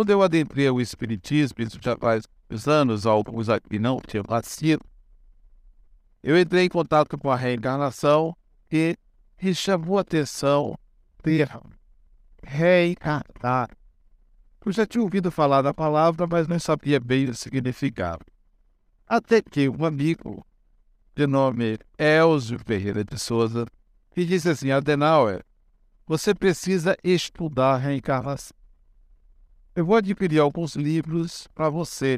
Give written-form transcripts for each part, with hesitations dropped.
Quando eu adentrei o Espiritismo, isso já faz uns anos, alguns aqui não tinham nascido, eu entrei em contato com a reencarnação e me chamou a atenção ter reencarnar. Eu já tinha ouvido falar da palavra, mas não sabia bem o significado. Até que um amigo, de nome Elzio Ferreira de Souza, me disse assim: Adenauer, você precisa estudar reencarnação. Eu vou adquirir alguns livros para você.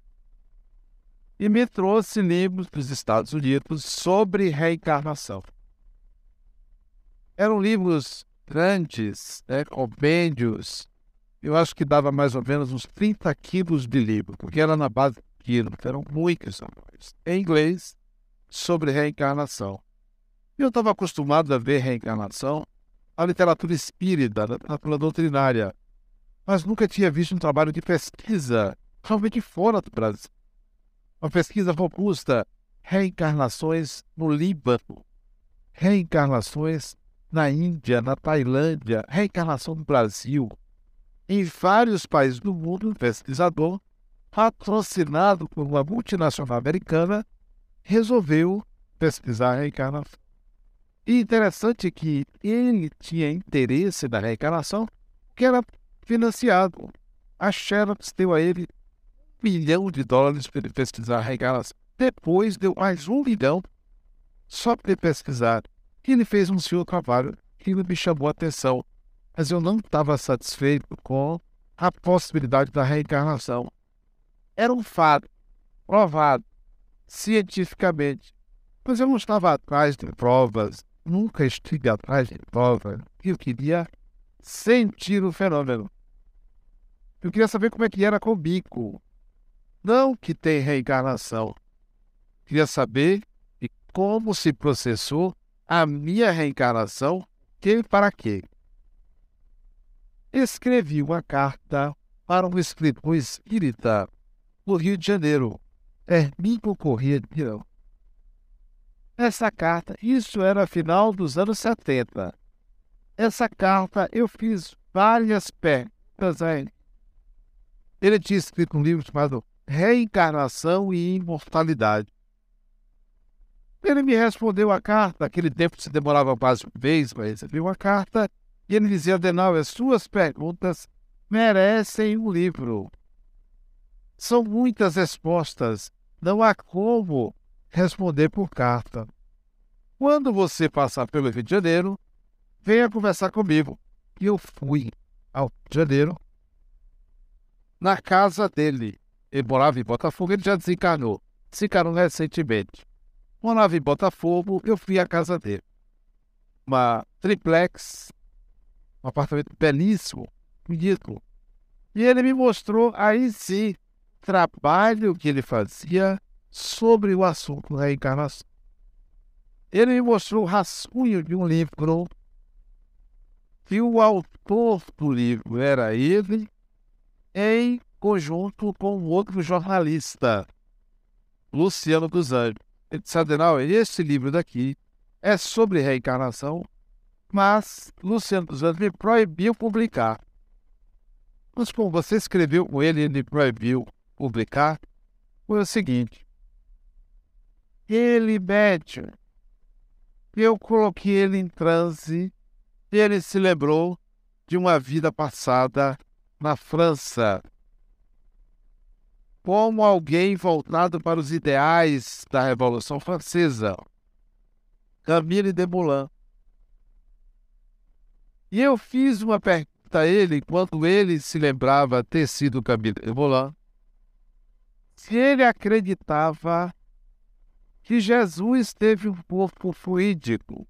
E me trouxe livros dos Estados Unidos sobre reencarnação. Eram livros grandes, compêndios. Eu acho que dava mais ou menos uns 30 quilos de livro, porque era na base de quilo, eram muitos em inglês, sobre reencarnação. Eu estava acostumado a ver reencarnação na literatura espírita, na literatura doutrinária, mas nunca tinha visto um trabalho de pesquisa, realmente fora do Brasil. Uma pesquisa robusta, reencarnações no Líbano, reencarnações na Índia, na Tailândia, reencarnação no Brasil. Em vários países do mundo, um pesquisador, patrocinado por uma multinacional americana, resolveu pesquisar a reencarnação. E interessante que ele tinha interesse na reencarnação, que era financiado. A Xerox deu a ele $1 milhão para ele pesquisar a reencarnação. Depois deu mais $1 milhão só para ele pesquisar. E ele fez um seu trabalho que me chamou a atenção. Mas eu não estava satisfeito com a possibilidade da reencarnação. Era um fato provado cientificamente. Mas eu não estava atrás de provas, nunca estive atrás de provas. Eu queria sentir o fenômeno. Eu queria saber como é que era comigo. Não que tem reencarnação. Queria saber de como se processou a minha reencarnação e para quê. Escrevi uma carta para um escritor espírita no Rio de Janeiro, Hermínio Corrêa de Mirão. Essa carta, isso era final dos anos 70. Essa carta eu fiz várias perguntas a ele. Ele tinha escrito um livro chamado Reencarnação e Imortalidade. Ele me respondeu a carta, naquele tempo se demorava quase um mês para receber uma carta, e ele dizia: Adenauer, as suas perguntas merecem um livro. São muitas respostas, não há como responder por carta. Quando você passar pelo Rio de Janeiro, venha conversar comigo. E eu fui ao Rio de Janeiro, na casa dele. Ele morava em Botafogo, ele já desencarnou recentemente. Morava em Botafogo, eu fui à casa dele. Uma triplex, um apartamento belíssimo, bonito. E ele me mostrou aí sim o trabalho que ele fazia sobre o assunto da reencarnação. Ele me mostrou o rascunho de um livro, e o autor do livro era ele, em conjunto com um outro jornalista, Luciano dos Anjos. Ele disse: Adenauer, esse livro daqui é sobre reencarnação, mas Luciano dos Anjos me proibiu publicar. Mas como você escreveu com ele e ele proibiu publicar, foi o seguinte: ele mede, eu coloquei ele em transe, e ele se lembrou de uma vida passada na França, como alguém voltado para os ideais da Revolução Francesa, Camille Desmoulins. E eu fiz uma pergunta a ele, quando ele se lembrava ter sido Camille Desmoulins, se ele acreditava que Jesus teve um corpo fluídico.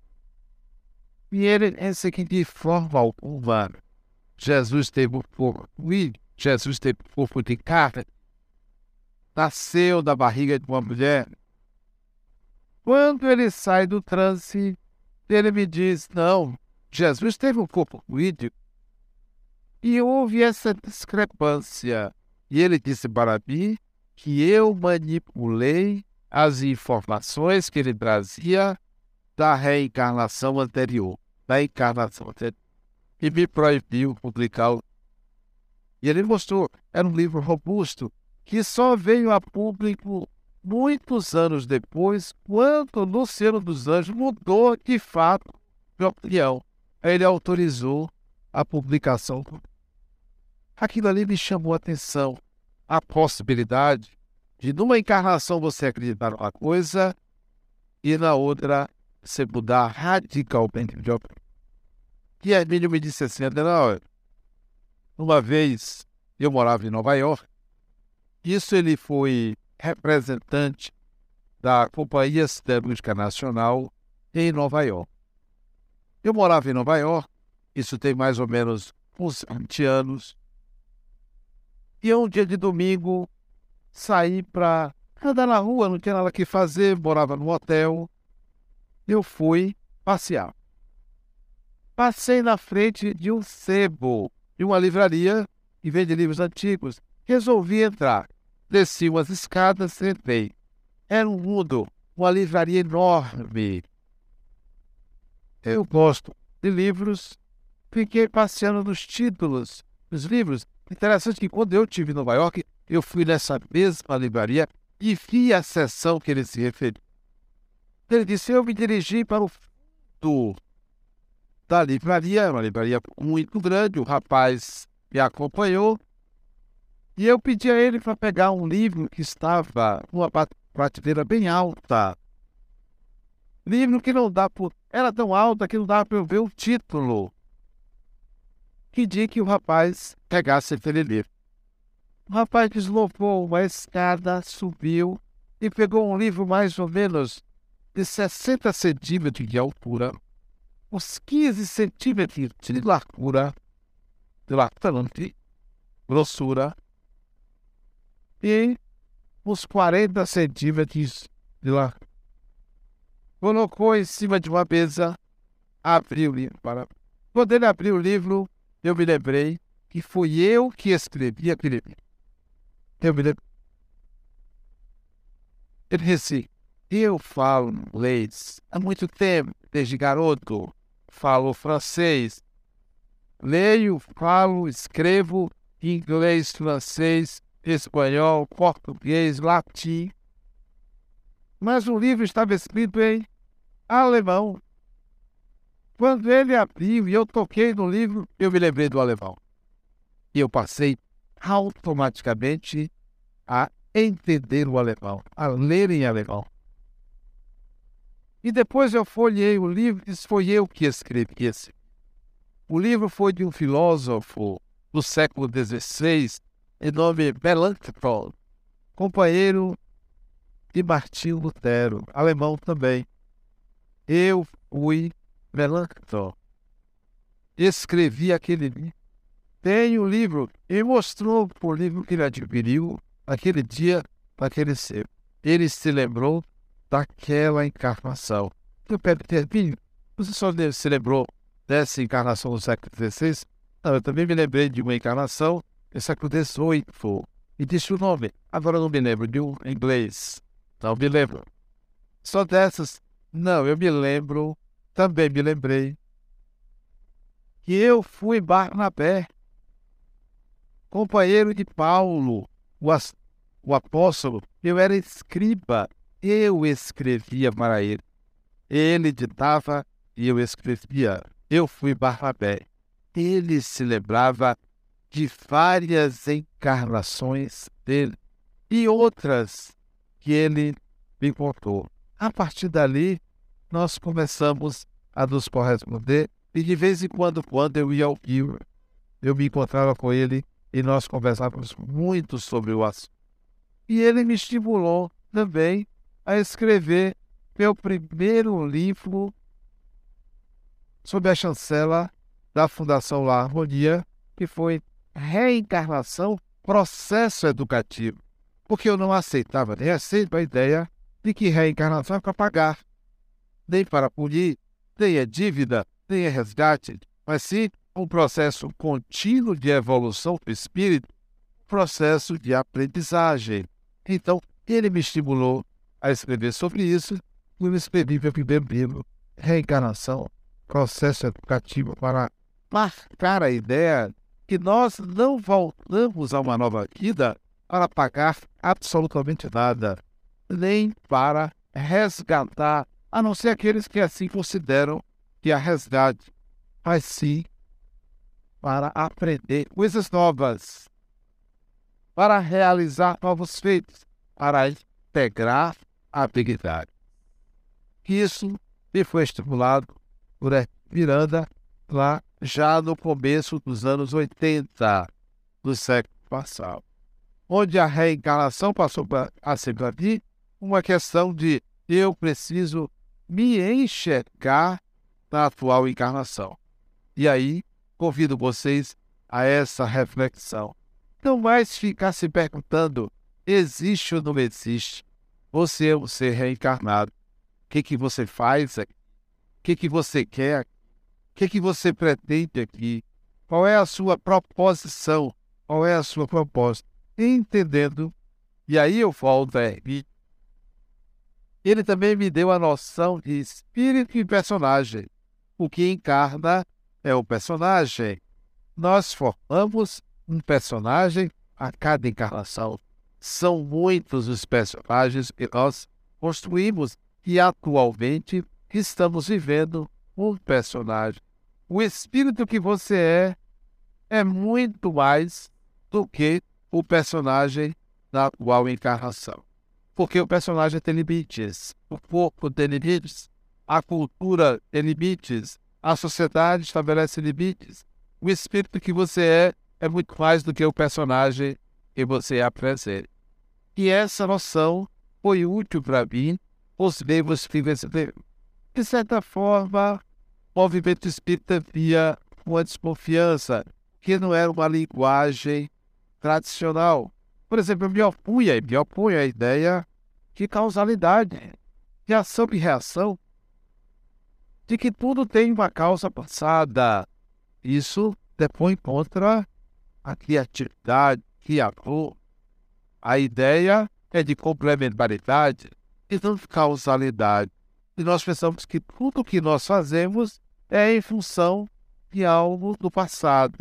E ele disse que de forma alguma Jesus teve um corpo fluídico, Jesus teve um corpo de carne, nasceu da barriga de uma mulher. Quando ele sai do transe, ele me diz: não, Jesus teve um corpo fluídico. E houve essa discrepância. E ele disse para mim que eu manipulei as informações que ele trazia da reencarnação anterior, e me proibiu publicar. E ele mostrou, era um livro robusto, que só veio a público muitos anos depois, quando Luciano dos Anjos mudou de fato de opinião. Aí ele autorizou a publicação. Aquilo ali me chamou a atenção. A possibilidade de, numa encarnação, você acreditar numa coisa e na outra você mudar radicalmente de opinião. E Hermínio me disse assim, Adenauer, uma vez eu morava em Nova York, isso ele foi representante da Companhia Siderúrgica Nacional em Nova York. Eu morava em Nova York, isso tem mais ou menos uns 20 anos, e um dia de domingo saí para andar na rua, não tinha nada que fazer, morava num hotel, eu fui passear. Passei na frente de um sebo, de uma livraria que vende livros antigos. Resolvi entrar. Desci umas escadas, entrei. Era um mundo, uma livraria enorme. Eu gosto de livros, fiquei passeando nos títulos dos livros. Interessante que quando eu estive em Nova York, eu fui nessa mesma livraria e vi a seção que ele se referiu. Ele disse, eu me dirigi para o fundo da livraria, uma livraria muito grande, o rapaz me acompanhou, e eu pedi a ele para pegar um livro que estava numa prateleira bem alta. Livro que não dá por... Era tão alta que não dava para eu ver o título. Pedi que o rapaz pegasse aquele livro. O rapaz deslocou uma escada, subiu e pegou um livro mais ou menos de 60 centímetros de altura, uns 15 centímetros de largura, de grossura, e uns 40 centímetros de largura. Colocou em cima de uma mesa, abriu o livro. Quando ele abriu o livro, eu me lembrei que fui eu que escrevi aquele livro. Eu me lembrei. Ele disse, eu falo inglês há muito tempo, desde garoto. Falo francês. Leio, falo, escrevo inglês, francês, espanhol, português, latim. Mas o livro estava escrito em alemão. Quando ele abriu e eu toquei no livro, eu me lembrei do alemão. E eu passei automaticamente a entender o alemão, a ler em alemão. E depois eu folhei o livro e disse, foi eu que escrevi esse. O livro foi de um filósofo do século XVI, em nome Melanchthon, companheiro de Martinho Lutero, alemão também. Eu fui Melanchthon. Escrevi aquele livro. Tem o livro e mostrou o livro que ele adquiriu aquele dia, naquele ser. Ele se lembrou daquela encarnação. Eu perguntei, você só se lembrou dessa encarnação do século XVI? Não, eu também me lembrei de uma encarnação do século XVIII. E disse o nome. Agora eu não me lembro de um em inglês. Não me lembro. Só dessas. Não, eu me lembro, também me lembrei, que eu fui Barnabé, companheiro de Paulo, o apóstolo. Eu era escriba, eu escrevia para ele. Ele ditava e eu escrevia. Eu fui Barnabé. Ele se lembrava de várias encarnações dele e outras que ele me contou. A partir dali, nós começamos a nos corresponder e de vez em quando eu ia ao Rio, eu me encontrava com ele e nós conversávamos muito sobre o assunto. E ele me estimulou também a escrever meu primeiro livro sob a chancela da Fundação La Harmonia, que foi Reencarnação, Processo Educativo. Porque eu não aceitava, nem aceito a ideia de que reencarnação é para pagar, nem para punir, nem é dívida, nem é resgate, mas sim um processo contínuo de evolução do espírito, processo de aprendizagem. Então, ele me estimulou a escrever sobre isso, e eu escrevi meu primeiro livro, Reencarnação, Processo Educativo, para marcar a ideia que nós não voltamos a uma nova vida para pagar absolutamente nada, nem para resgatar, a não ser aqueles que assim consideram que a resgate, mas sim para aprender coisas novas, para realizar novos feitos, para integrar a habilidade. Isso me foi estimulado por Miranda lá já no começo dos anos 80 do século passado, onde a reencarnação passou a ser para mim uma questão de eu preciso me enxergar na atual encarnação. E aí, convido vocês a essa reflexão. Não mais ficar se perguntando, existe ou não existe? Você é um ser reencarnado. O que você faz aqui? O que você quer aqui? O que você pretende aqui? Qual é a sua proposição? Qual é a sua proposta? Entendendo, e aí eu volto a Hermínio. Ele também me deu a noção de espírito e personagem. O que encarna é o personagem. Nós formamos um personagem a cada encarnação. São muitos os personagens que nós construímos e atualmente estamos vivendo um personagem. O espírito que você é muito mais do que o personagem da atual encarnação. Porque o personagem tem limites, o corpo tem limites, a cultura tem limites, a sociedade estabelece limites. O espírito que você é muito mais do que o personagem que você apresenta. E essa noção foi útil para mim, os livros que recebi. De certa forma, o movimento espírita via uma desconfiança, que não era uma linguagem tradicional. Por exemplo, eu me opunha à ideia de causalidade, de ação e reação, de que tudo tem uma causa passada. Isso depõe contra a criatividade, criador. A ideia é de complementaridade e não de causalidade. E nós pensamos que tudo que nós fazemos é em função de algo do passado.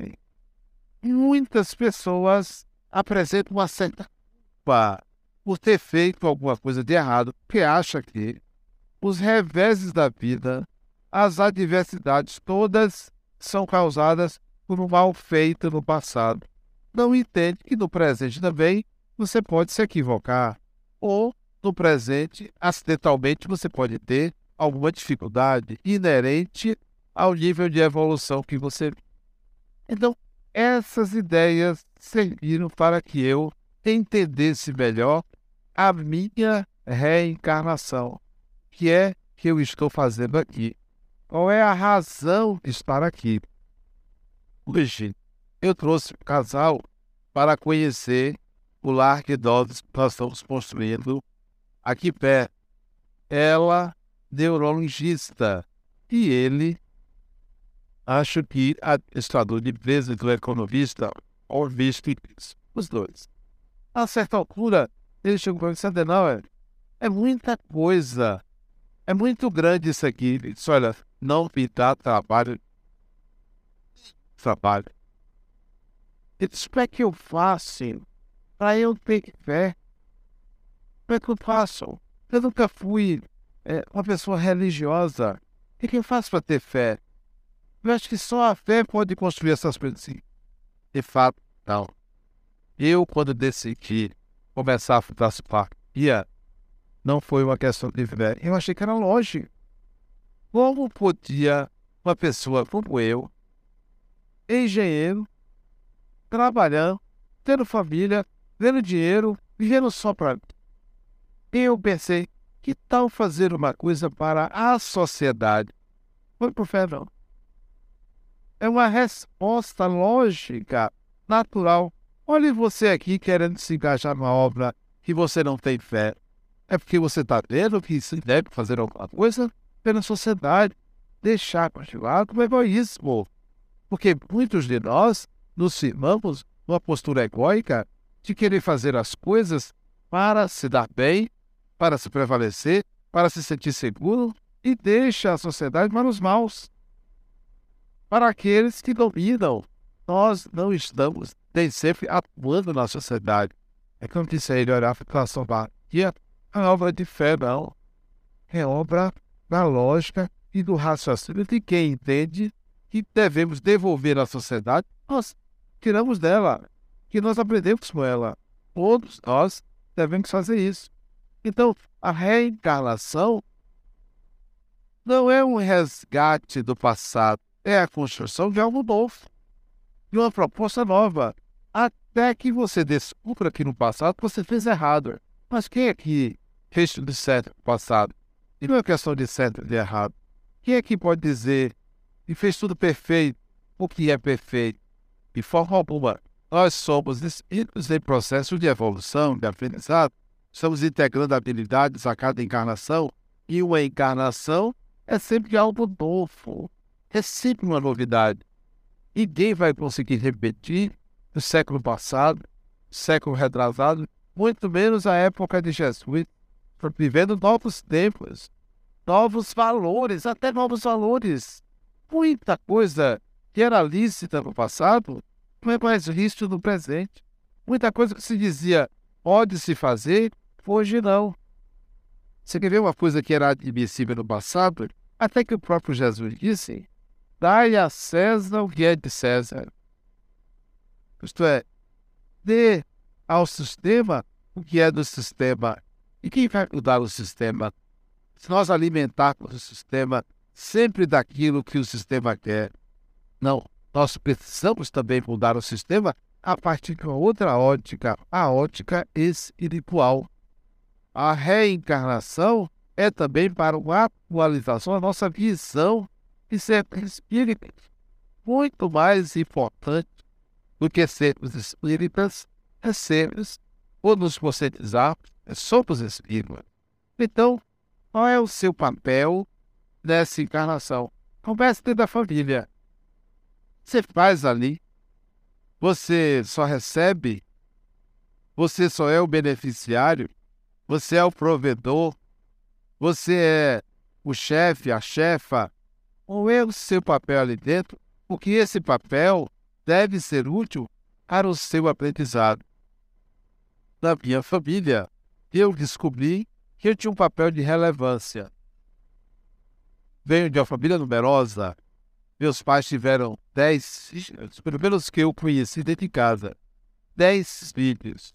Muitas pessoas apresentam uma certa culpa por ter feito alguma coisa de errado, porque acha que os reveses da vida, as adversidades todas são causadas por um mal feito no passado. Não entende que no presente também você pode se equivocar, ou no presente, acidentalmente, você pode ter alguma dificuldade inerente ao nível de evolução que você vive. Então, essas ideias serviram para que eu entendesse melhor a minha reencarnação, que é que eu estou fazendo aqui. Qual é a razão de estar aqui? Hoje, eu trouxe um casal para conhecer o lar que nós estamos construindo aqui perto. Ela, neurologista, e ele, acho que administrador de empresa do economista, ou visto isso, os dois. A certa altura, ele chegou para mim e disse, não, é muita coisa, é muito grande isso aqui. Ele disse, olha, não me dá trabalho. Ele disse, como é que eu faço para eu ter fé? Como é que eu faço? Eu nunca fui uma pessoa religiosa. O que eu faço para ter fé? Eu acho que só a fé pode construir essas coisas assim. De fato, não. Eu, quando decidi começar a fundar a não foi uma questão de fé. Eu achei que era lógico. Como podia uma pessoa como eu, engenheiro, trabalhando, tendo família, tendo dinheiro, vivendo só para mim? Eu pensei, que tal fazer uma coisa para a sociedade? Foi por fé, não. É uma resposta lógica, natural. Olhe você aqui querendo se engajar numa obra que você não tem fé. É porque você está vendo que se deve fazer alguma coisa pela sociedade. Deixar continuar com o egoísmo. Porque muitos de nós nos firmamos numa postura egóica de querer fazer as coisas para se dar bem, para se prevalecer, para se sentir seguro, e deixa a sociedade para os maus, para aqueles que dominam. nós não estamos nem sempre atuando na sociedade. É como disse ele, olhar para a soberania, a obra de fé, não. É obra da lógica e do raciocínio de quem entende que devemos devolver à sociedade, nós tiramos dela, que nós aprendemos com ela. Todos nós devemos fazer isso. Então, a reencarnação não é um resgate do passado, é a construção de algo novo, de uma proposta nova, até que você descubra que no passado você fez errado. Mas quem é que fez tudo certo no passado? E não é questão de certo e de errado. Quem é que pode dizer que fez tudo perfeito, o que é perfeito? De forma alguma. Nós somos espíritos em processo de evolução, de aprendizado. Estamos integrando habilidades a cada encarnação. E uma encarnação é sempre algo novo. É sempre uma novidade. Ninguém vai conseguir repetir o século passado, o século retrasado, muito menos a época de Jesus. Vivendo novos tempos, novos valores, até novos valores. Muita coisa que era lícita no passado não é mais lícito no presente. Muita coisa que se dizia pode-se fazer, hoje não. Você quer ver uma coisa que era admissível no passado? Até que o próprio Jesus disse, dai a César o que é de César. Isto é, dê ao sistema o que é do sistema. E quem vai mudar o sistema? Se nós alimentarmos o sistema sempre daquilo que o sistema quer. Não, nós precisamos também mudar o sistema a partir de uma outra ótica, a ótica espiritual. A reencarnação é também para uma atualização da nossa visão de ser espírita. Muito mais importante do que sermos espíritas é sermos ou nos conscientizarmos, somos espíritas. Então, qual é o seu papel nessa encarnação? Comece dentro da família. Você faz ali, você só recebe, você só é o beneficiário, você é o provedor, você é o chefe, a chefa. Qual é o seu papel ali dentro? Porque esse papel deve ser útil para o seu aprendizado. Na minha família, eu descobri que eu tinha um papel de relevância. Venho de uma família numerosa. Meus pais tiveram 10 filhos, pelo menos que eu conheci dentro de casa. 10 filhos.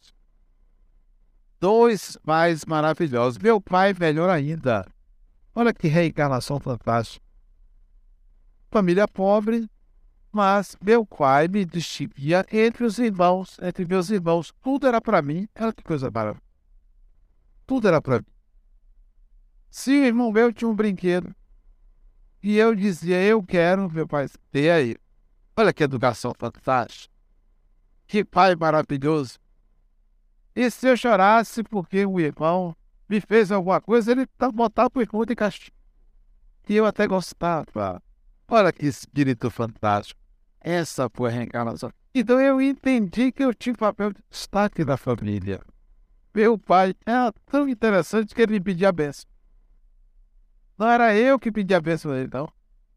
2 mais maravilhosos. Meu pai, melhor ainda. Olha que reencarnação fantástica. Família pobre, mas meu pai me distinguia entre os irmãos, entre meus irmãos. Tudo era para mim. Olha que coisa maravilhosa. Tudo era para mim. Se o irmão meu tinha um brinquedo, e eu dizia, eu quero, meu pai, e aí? Olha que educação fantástica. Que pai maravilhoso. E se eu chorasse porque o irmão me fez alguma coisa, ele botava o irmão de castigo. E eu até gostava. Olha que espírito fantástico. Essa foi a reencarnação. Então eu entendi que eu tinha um papel de destaque na família. Meu pai era tão interessante que ele me pedia a bênção. Não era eu que pedia a bênção a ele, não.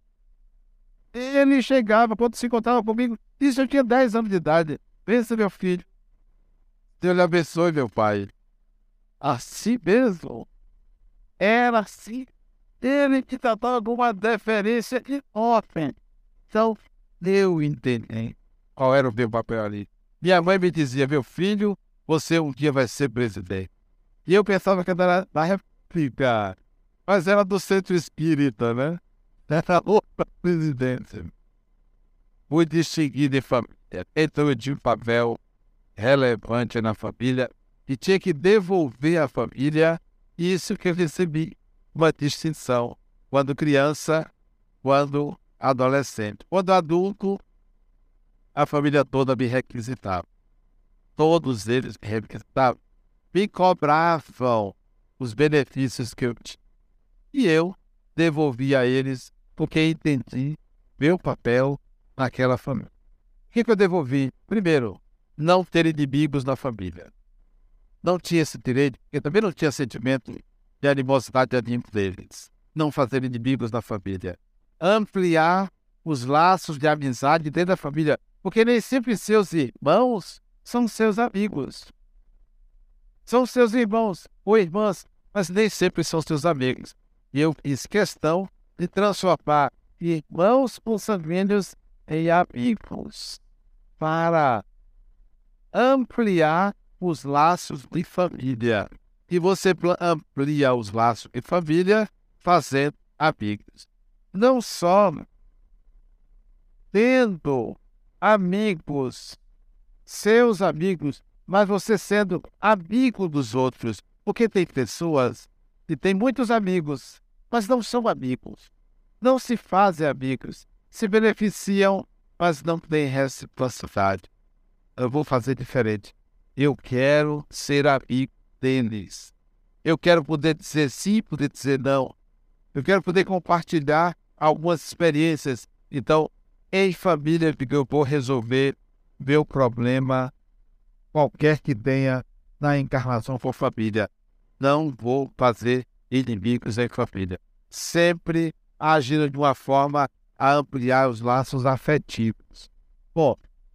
Ele chegava, quando se encontrava comigo, isso eu tinha 10 anos de idade. Pensa, meu filho. Deus lhe abençoe, meu pai. Assim mesmo. Era assim. Ele que tratava com uma deferência enorme. Então, eu entendi qual era o meu papel ali. Minha mãe me dizia, meu filho, você um dia vai ser presidente. E eu pensava que era da República, mas era do Centro Espírita, né? Era outra presidência. Fui distinguido em família. Então eu tinha um papel relevante na família e tinha que devolver à família isso que eu recebi, uma distinção, quando criança, quando adolescente. Quando adulto, a família toda me requisitava. Todos eles me requisitavam, me cobravam os benefícios que eu tinha. E eu devolvia a eles porque entendi meu papel naquela família. O que eu devolvi? Primeiro, não ter inimigos na família. Não tinha esse direito, eu também não tinha sentimento de animosidade de nenhum deles. Não fazer inimigos na família. Ampliar os laços de amizade dentro da família. Porque nem sempre seus irmãos são seus amigos. São seus irmãos ou irmãs, mas nem sempre são seus amigos. E eu fiz questão de transformar irmãos consanguíneos em amigos para ampliar os laços de família. E você amplia os laços de família fazendo amigos. Não só tendo amigos, seus amigos, mas você sendo amigo dos outros. Porque tem pessoas que têm muitos amigos, mas não são amigos. Não se fazem amigos. Se beneficiam, mas não têm reciprocidade. Eu vou fazer diferente. Eu quero ser amigo deles. Eu quero poder dizer sim, poder dizer não. Eu quero poder compartilhar algumas experiências. Então, em família, eu vou resolver meu problema, qualquer que tenha na encarnação for família. Não vou fazer inimigos em família. Sempre agindo de uma forma a ampliar os laços afetivos. Bom,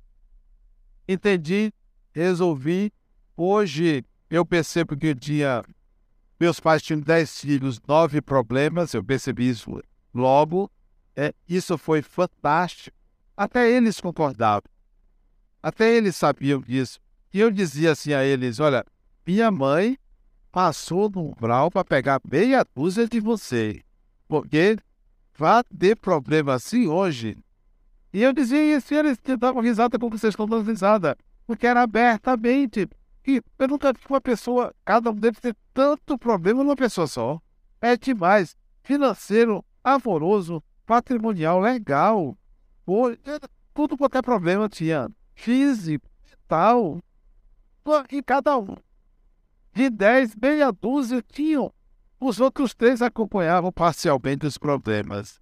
entendi, resolvi. Hoje eu percebo que meus pais tinham 10 filhos, 9 problemas. Eu percebi isso logo. Isso foi fantástico. Até eles concordavam. Até eles sabiam disso. E eu dizia assim a eles: olha, minha mãe passou no umbral para pegar meia dúzia de você. Porque vai ter problema assim hoje. E eu dizia isso, e eles davam risada como vocês estão dando risada. Porque era abertamente. E eu nunca vi uma pessoa, cada um deles ter tanto problema numa pessoa só. É demais. Financeiro, amoroso, patrimonial, legal. Tudo qualquer problema tinha. Físico, tal. E cada um. De 10, meia dúzia tinham. Os outros 3 acompanhavam parcialmente os problemas.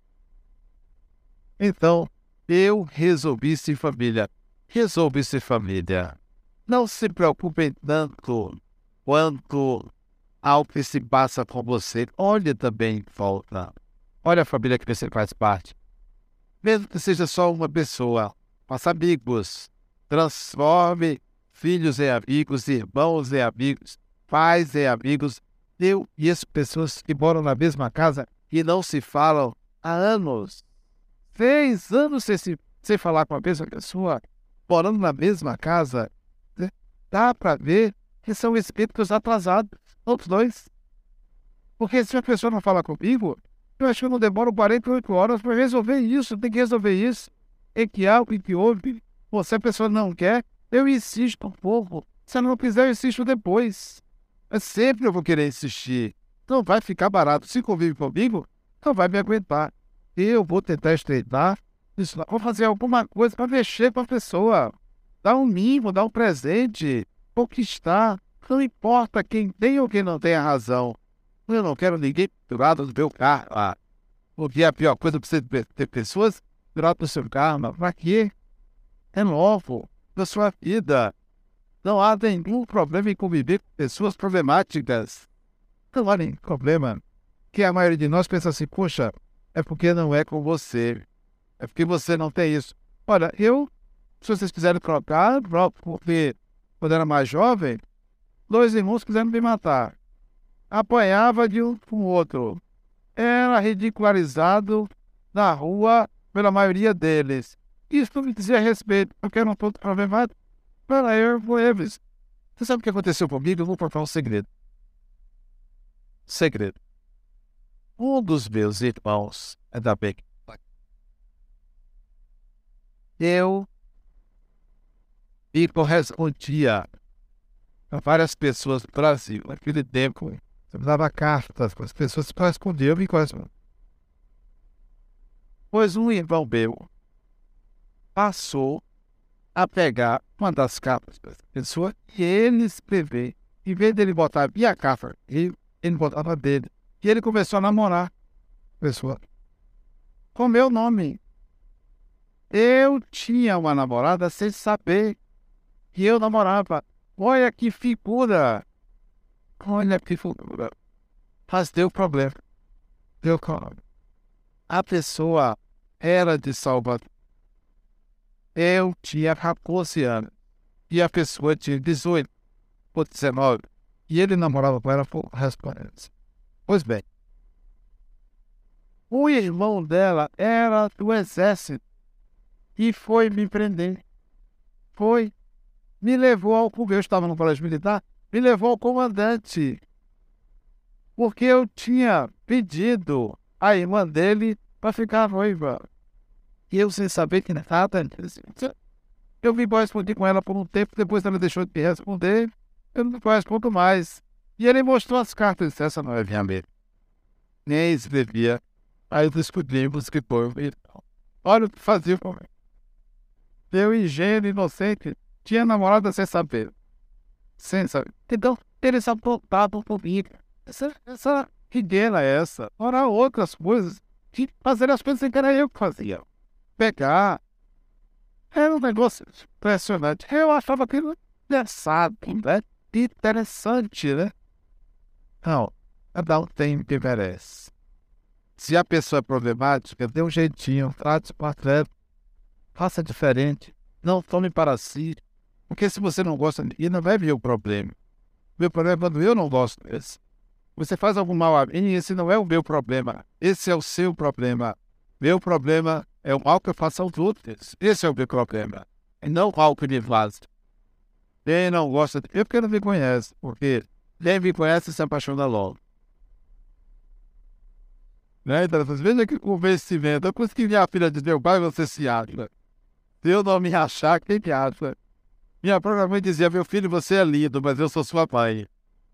Então, eu resolvi ser família. Resolvi ser família. Não se preocupem tanto quanto ao que se passa com você. Olhe também em volta. Olha a família que você faz parte. Mesmo que seja só uma pessoa, faça amigos. Transforme filhos em amigos, irmãos em amigos, pais em amigos. Eu e as pessoas que moram na mesma casa e não se falam há anos. 6 anos sem falar com a mesma pessoa, morando na mesma casa. Dá para ver que são espíritos atrasados, todos dois. Porque se a pessoa não fala comigo, eu acho que eu não demoro 48 horas para resolver isso. Tem que resolver isso. Em que algo, em que houve. Ou se a pessoa não quer, eu insisto um pouco. Se ela não quiser, eu insisto depois. Mas sempre eu vou querer insistir. Não vai ficar barato. Se convive comigo, não vai me aguentar. Eu vou tentar estreitar. Vou fazer alguma coisa para mexer com a pessoa. Dar um mimo, dar um presente. Conquistar. Não importa quem tem ou quem não tem a razão. Eu não quero ninguém pendurado no meu karma. Porque a pior coisa para você ter pessoas penduradas no seu karma. Para quê? É novo na sua vida. Não há nenhum problema em conviver com pessoas problemáticas. Não há nenhum problema. Que a maioria de nós pensa assim: poxa, é porque não é com você. É porque você não tem isso. Olha, se vocês quiserem trocar, porque quando eu era mais jovem, 2 irmãos quiseram me matar. Apanhava de um com o outro. Era ridicularizado na rua pela maioria deles. Isso não me dizia respeito, porque eu não estou problemático. Para eu vou eles. Você sabe o que aconteceu comigo? Eu vou contar um segredo. Segredo. Um dos meus irmãos, ainda bem que eu me correspondia a várias pessoas do Brasil. Naquele tempo, eu dava cartas para as pessoas que correspondiam, me correspondiam. Pois um irmão meu passou a pegar uma das cartas da pessoa e ele escrever. Em vez dele botar a minha carta, ele botava dele. E ele começou a namorar a pessoa com meu nome. Eu tinha uma namorada sem saber que eu namorava. Olha que figura. Olha que figura. Mas deu problema. Deu problema. A pessoa era de Salvador. Eu tinha 14 anos e a pessoa tinha 18 ou 19 e ele namorava com ela por correspondência. Pois bem, o irmão dela era do exército e foi me prender. Foi, me levou ao eu estava no colégio militar, me levou ao comandante, porque eu tinha pedido a irmã dele para ficar noiva. E eu sem saber que nada, eu vim corresponder com ela por um tempo, depois ela deixou de me responder, eu não correspondo mais. E ele mostrou as cartas, disse, essa não é minha amiga. Nem escrevia. Aí eu descobri o escritor. Olha o que fazia comigo. Eu, ingênuo, inocente, tinha namorada sem saber. Sem saber. Então, eles apontavam comigo. Essa ridícula é essa. Ora, outras coisas. De fazer as coisas que era eu que fazia. Pegar. Era um negócio impressionante. Eu achava aquilo engraçado, né? Interessante, né? Não, cada um tem o que merece. Se a pessoa é problemática, dê um jeitinho, trate o atleta, faça diferente, não tome para si. Porque se você não gosta de mim, não vai ver o problema. Meu problema é quando eu não gosto desse. Você faz algum mal a mim, esse não é o meu problema. Esse é o seu problema. Meu problema é o mal que eu faço aos outros. Esse é o meu problema. E não o mal que me faz. Quem não gosta de mim, porque não me conhece. Porque quem me conhece se apaixona logo. Né? Então, veja que convencimento. Eu consegui minha filha de meu pai, você se acha. Se eu não me achar, quem me acha? Minha própria mãe dizia, meu filho, você é lindo, mas eu sou sua mãe.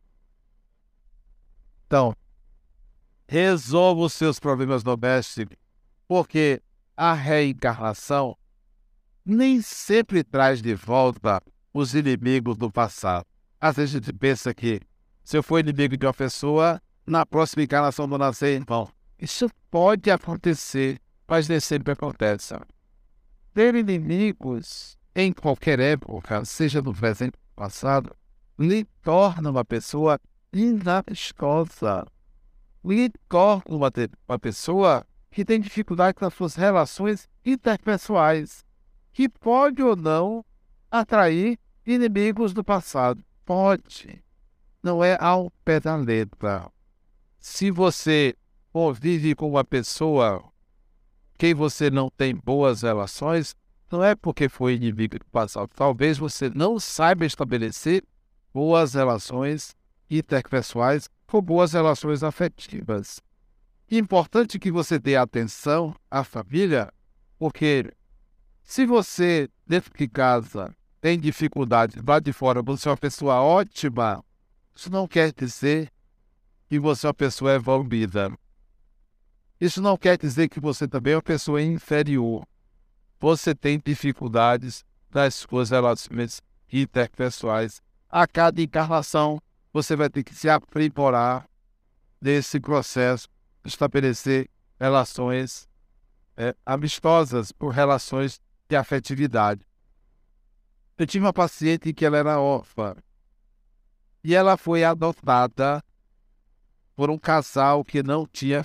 Então, resolva os seus problemas domésticos, porque a reencarnação nem sempre traz de volta os inimigos do passado. Às vezes a gente pensa que se eu for inimigo de uma pessoa, na próxima encarnação vou nascer irmão. Isso pode acontecer, mas nem sempre acontece. Ter inimigos em qualquer época, seja no presente ou no passado, lhe torna uma pessoa inamistosa. Lhe torna uma pessoa que tem dificuldade nas suas relações interpessoais, que pode ou não atrair inimigos do passado. Pode. Não é ao pé da letra. Se você convive com uma pessoa quem você não tem boas relações, não é porque foi inimigo do passado. Talvez você não saiba estabelecer boas relações interpessoais ou boas relações afetivas. Importante que você dê atenção à família, porque se você, dentro de casa, tem dificuldade lá de fora, você é uma pessoa ótima, isso não quer dizer que você é uma pessoa evoluída. Isso não quer dizer que você também é uma pessoa inferior. Você tem dificuldades nas suas relações interpessoais. A cada encarnação, você vai ter que se aprimorar nesse processo de estabelecer relações amistosas por relações de afetividade. Eu tive uma paciente que ela era órfã e ela foi adotada por um casal que não tinha.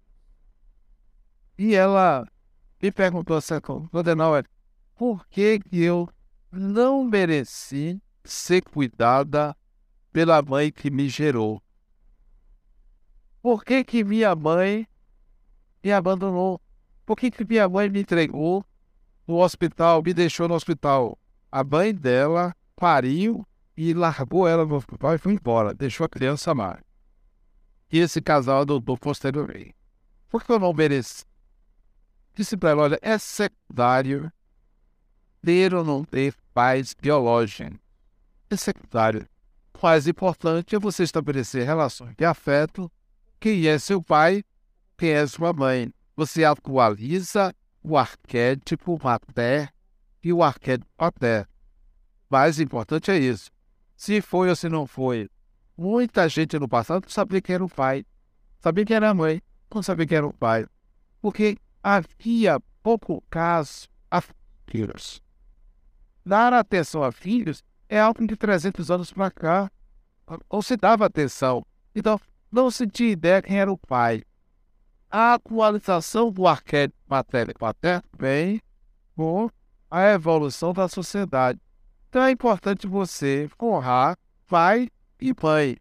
E ela me perguntou assim, Adenauer, por que eu não mereci ser cuidada pela mãe que me gerou? Por que minha mãe me abandonou? Por que minha mãe me entregou no hospital, me deixou no hospital? A mãe dela pariu e largou ela no hospital e foi embora, deixou a criança amar. E esse casal adotou posteriormente. Por que eu não mereci? Disse para ela, olha, é secundário ter ou não ter pais biológicos. É secundário. O mais importante é você estabelecer relações de afeto. Quem é seu pai, quem é sua mãe. Você atualiza o arquétipo materno e o arquétipo paterno. O mais importante é isso. Se foi ou se não foi. Muita gente no passado não sabia quem era o pai. Sabia quem era a mãe. Não sabia quem era o pai. Porque havia pouco caso a filhos. Dar atenção a filhos é algo de 300 anos para cá. Ou se dava atenção. Então, não se tinha ideia quem era o pai. A atualização do arquétipo materno e paterno, bem, bom, a evolução da sociedade. Então é importante você honrar pai e mãe,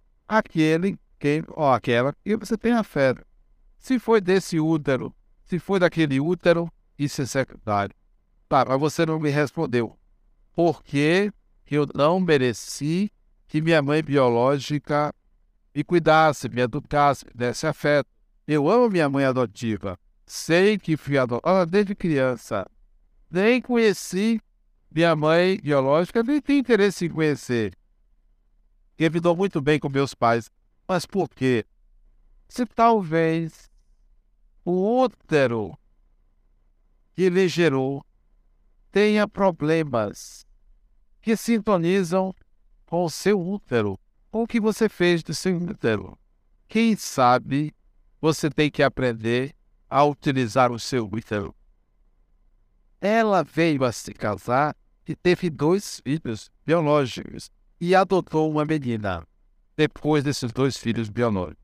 aquela que você tem afeto. Se foi desse útero, se foi daquele útero, isso é secundário. Tá, mas você não me respondeu. Por que eu não mereci que minha mãe biológica me cuidasse, me educasse, me desse afeto? Eu amo minha mãe adotiva. Sei que fui adotada desde criança. Nem conheci minha mãe biológica, nem tenho interesse em conhecer. Eu me dou muito bem com meus pais. Mas por quê? Se talvez o útero que lhe gerou tenha problemas que sintonizam com o seu útero, com o que você fez do seu útero. Quem sabe você tem que aprender a utilizar o seu útero. Ela veio a se casar e teve 2 filhos biológicos e adotou uma menina depois desses 2 filhos biológicos.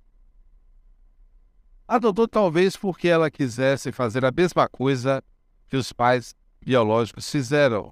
Adotou talvez porque ela quisesse fazer a mesma coisa que os pais biológicos fizeram.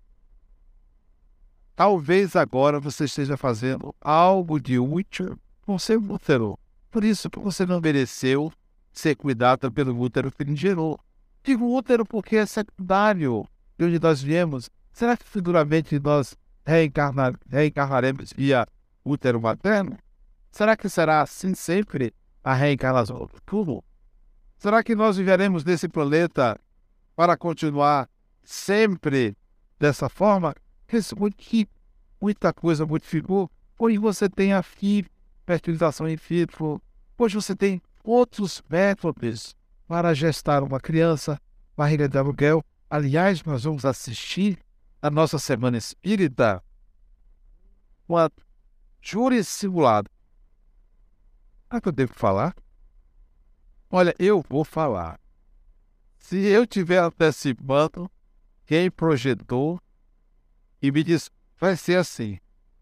Talvez agora você esteja fazendo algo de útil com seu útero. Por isso, você não mereceu ser cuidado pelo útero que lhe gerou. Digo útero porque é secundário de onde nós viemos. Será que futuramente nós reencarnaremos via útero materno? Será que será assim sempre a reencarnação do futuro? Será que nós viveremos nesse planeta para continuar sempre dessa forma? Muita coisa modificou. Hoje você tem a fertilização in vitro. Hoje você tem outros métodos para gestar uma criança, barriga de aluguel. Aliás, nós vamos assistir a nossa Semana Espírita uma júri simulado. Será que eu devo falar? Olha, eu vou falar. Se eu estiver antecipando, quem projetou e me diz, vai ser assim.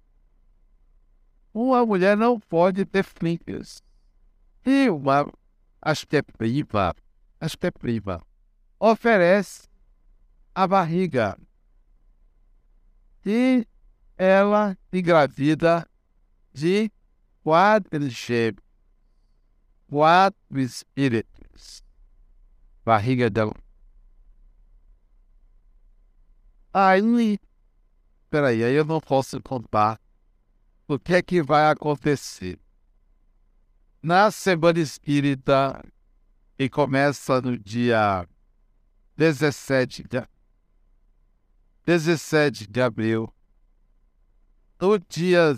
Uma mulher não pode ter filhos. E acho que é prima, oferece a barriga. E ela engravida de 4 gêmeos, 4 espíritos. Barriga dela. Aí eu não posso contar o que é que vai acontecer. Na Semana Espírita, que começa no dia 17 de abril, no dia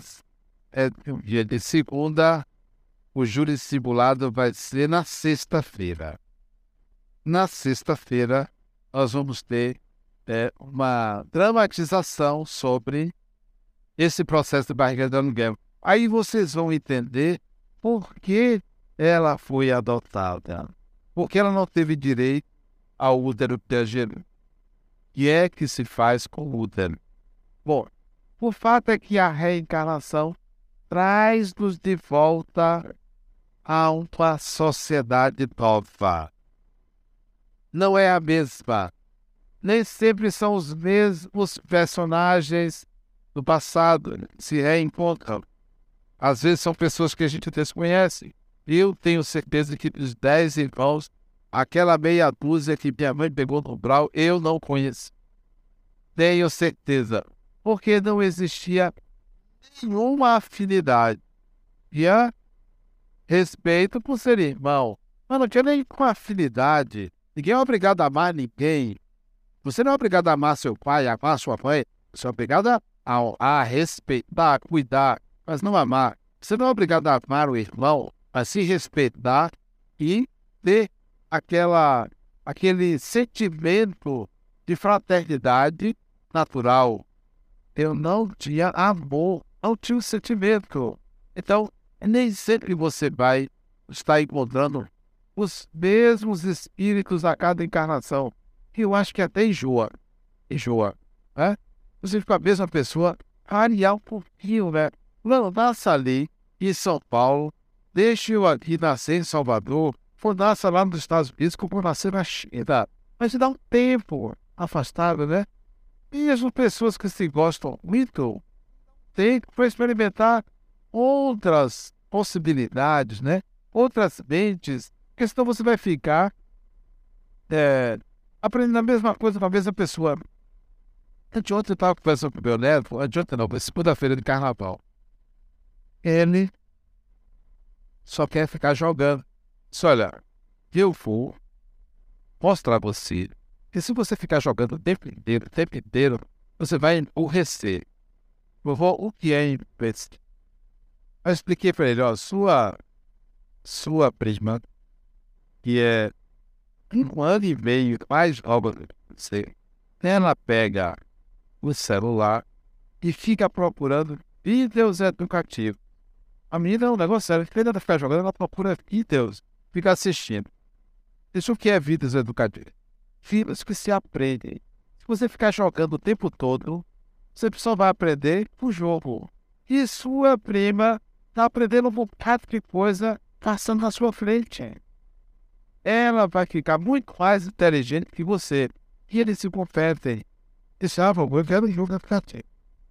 de segunda, o júri simulado vai ser na sexta-feira. Na sexta-feira, nós vamos ter uma dramatização sobre esse processo de barriga de aluguel. Aí vocês vão entender por que ela foi adotada. Porque ela não teve direito ao útero tergênero. O que é que se faz com o útero? Bom, o fato é que a reencarnação traz-nos de volta a uma sociedade nova. Não é a mesma. Nem sempre são os mesmos personagens do passado que se reencontram. Às vezes são pessoas que a gente desconhece. Eu tenho certeza que dos 10 irmãos, aquela meia dúzia que minha mãe pegou no umbral, eu não conheço. Tenho certeza. Porque não existia nenhuma afinidade. E respeito por ser irmão. Mas não tinha nenhuma afinidade. Ninguém é obrigado a amar ninguém. Você não é obrigado a amar seu pai, a amar sua mãe. Você é obrigado a respeitar, a cuidar, mas não amar. Você não é obrigado a amar o irmão, mas se respeitar e ter aquele sentimento de fraternidade natural. Eu não tinha amor, não tinha um sentimento. Então, nem sempre você vai estar encontrando os mesmos espíritos a cada encarnação. Eu acho que até enjoa, né? Você fica a mesma pessoa, variar um pouquinho, né? Não, nasça ali em São Paulo, deixe eu aqui nascer em Salvador, for nascer lá nos Estados Unidos, como nascer na China. Mas dá um tempo, afastada, né? E as pessoas que se gostam muito têm que experimentar outras possibilidades, né? Outras mentes, porque senão você vai ficar aprendendo a mesma coisa com a mesma pessoa. Anteontem eu estava conversando com o meu neto, anteontem não, foi segunda-feira de carnaval. Ele só quer ficar jogando. Disse, olha, eu vou mostrar a você que se você ficar jogando o tempo inteiro, você vai emburrecer. Vovô, o que é emburrecer? Eu expliquei para ele, ó, sua prima, que é 1 ano e meio mais nova do que você, ela pega o celular e fica procurando vídeos educativos. A menina é um negócio sério, que ela ficar jogando, ela procura vídeos, fica assistindo. Isso que é vídeos educativos. Vídeos que se aprendem. Se você ficar jogando o tempo todo, você só vai aprender o jogo. E sua prima está aprendendo um bocado de coisa passando na sua frente. Ela vai ficar muito mais inteligente que você. E eles se competem. Disse, eu quero um jogo educativo.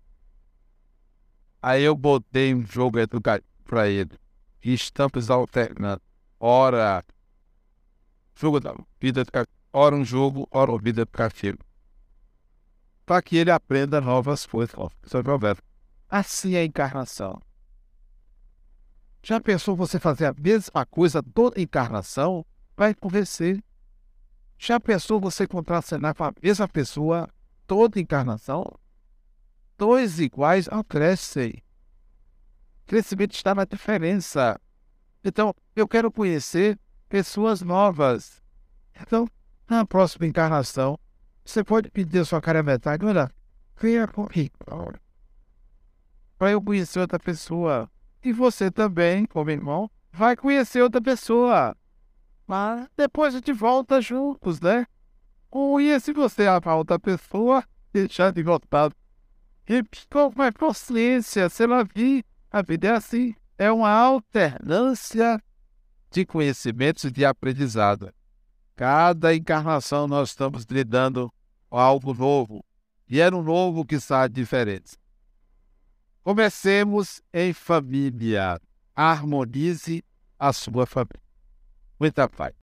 Aí eu botei um jogo educativo para ele. Estampas alternando. Ora, jogo da vida educativa. Ora um jogo, ora vida educativa. Para que ele aprenda novas coisas. Assim é a encarnação. Já pensou você fazer a mesma coisa toda encarnação? Vai acontecer. Já pensou você contracenar com a mesma pessoa toda encarnação? Dois iguais não crescem. Crescimento está na diferença. Então, eu quero conhecer pessoas novas. Então, na próxima encarnação, você pode pedir a sua cara metade, olha, venha comigo para eu conhecer outra pessoa. E você também, como irmão, vai conhecer outra pessoa. Mas depois a gente volta juntos, né? Ou e se você amar outra pessoa, deixar de voltar. E com mais consciência, se ela vir, a vida é assim. É uma alternância de conhecimentos e de aprendizado. Cada encarnação nós estamos lidando com algo novo. E era um novo que está diferente. Comecemos em família. Harmonize a sua família. Muita paz.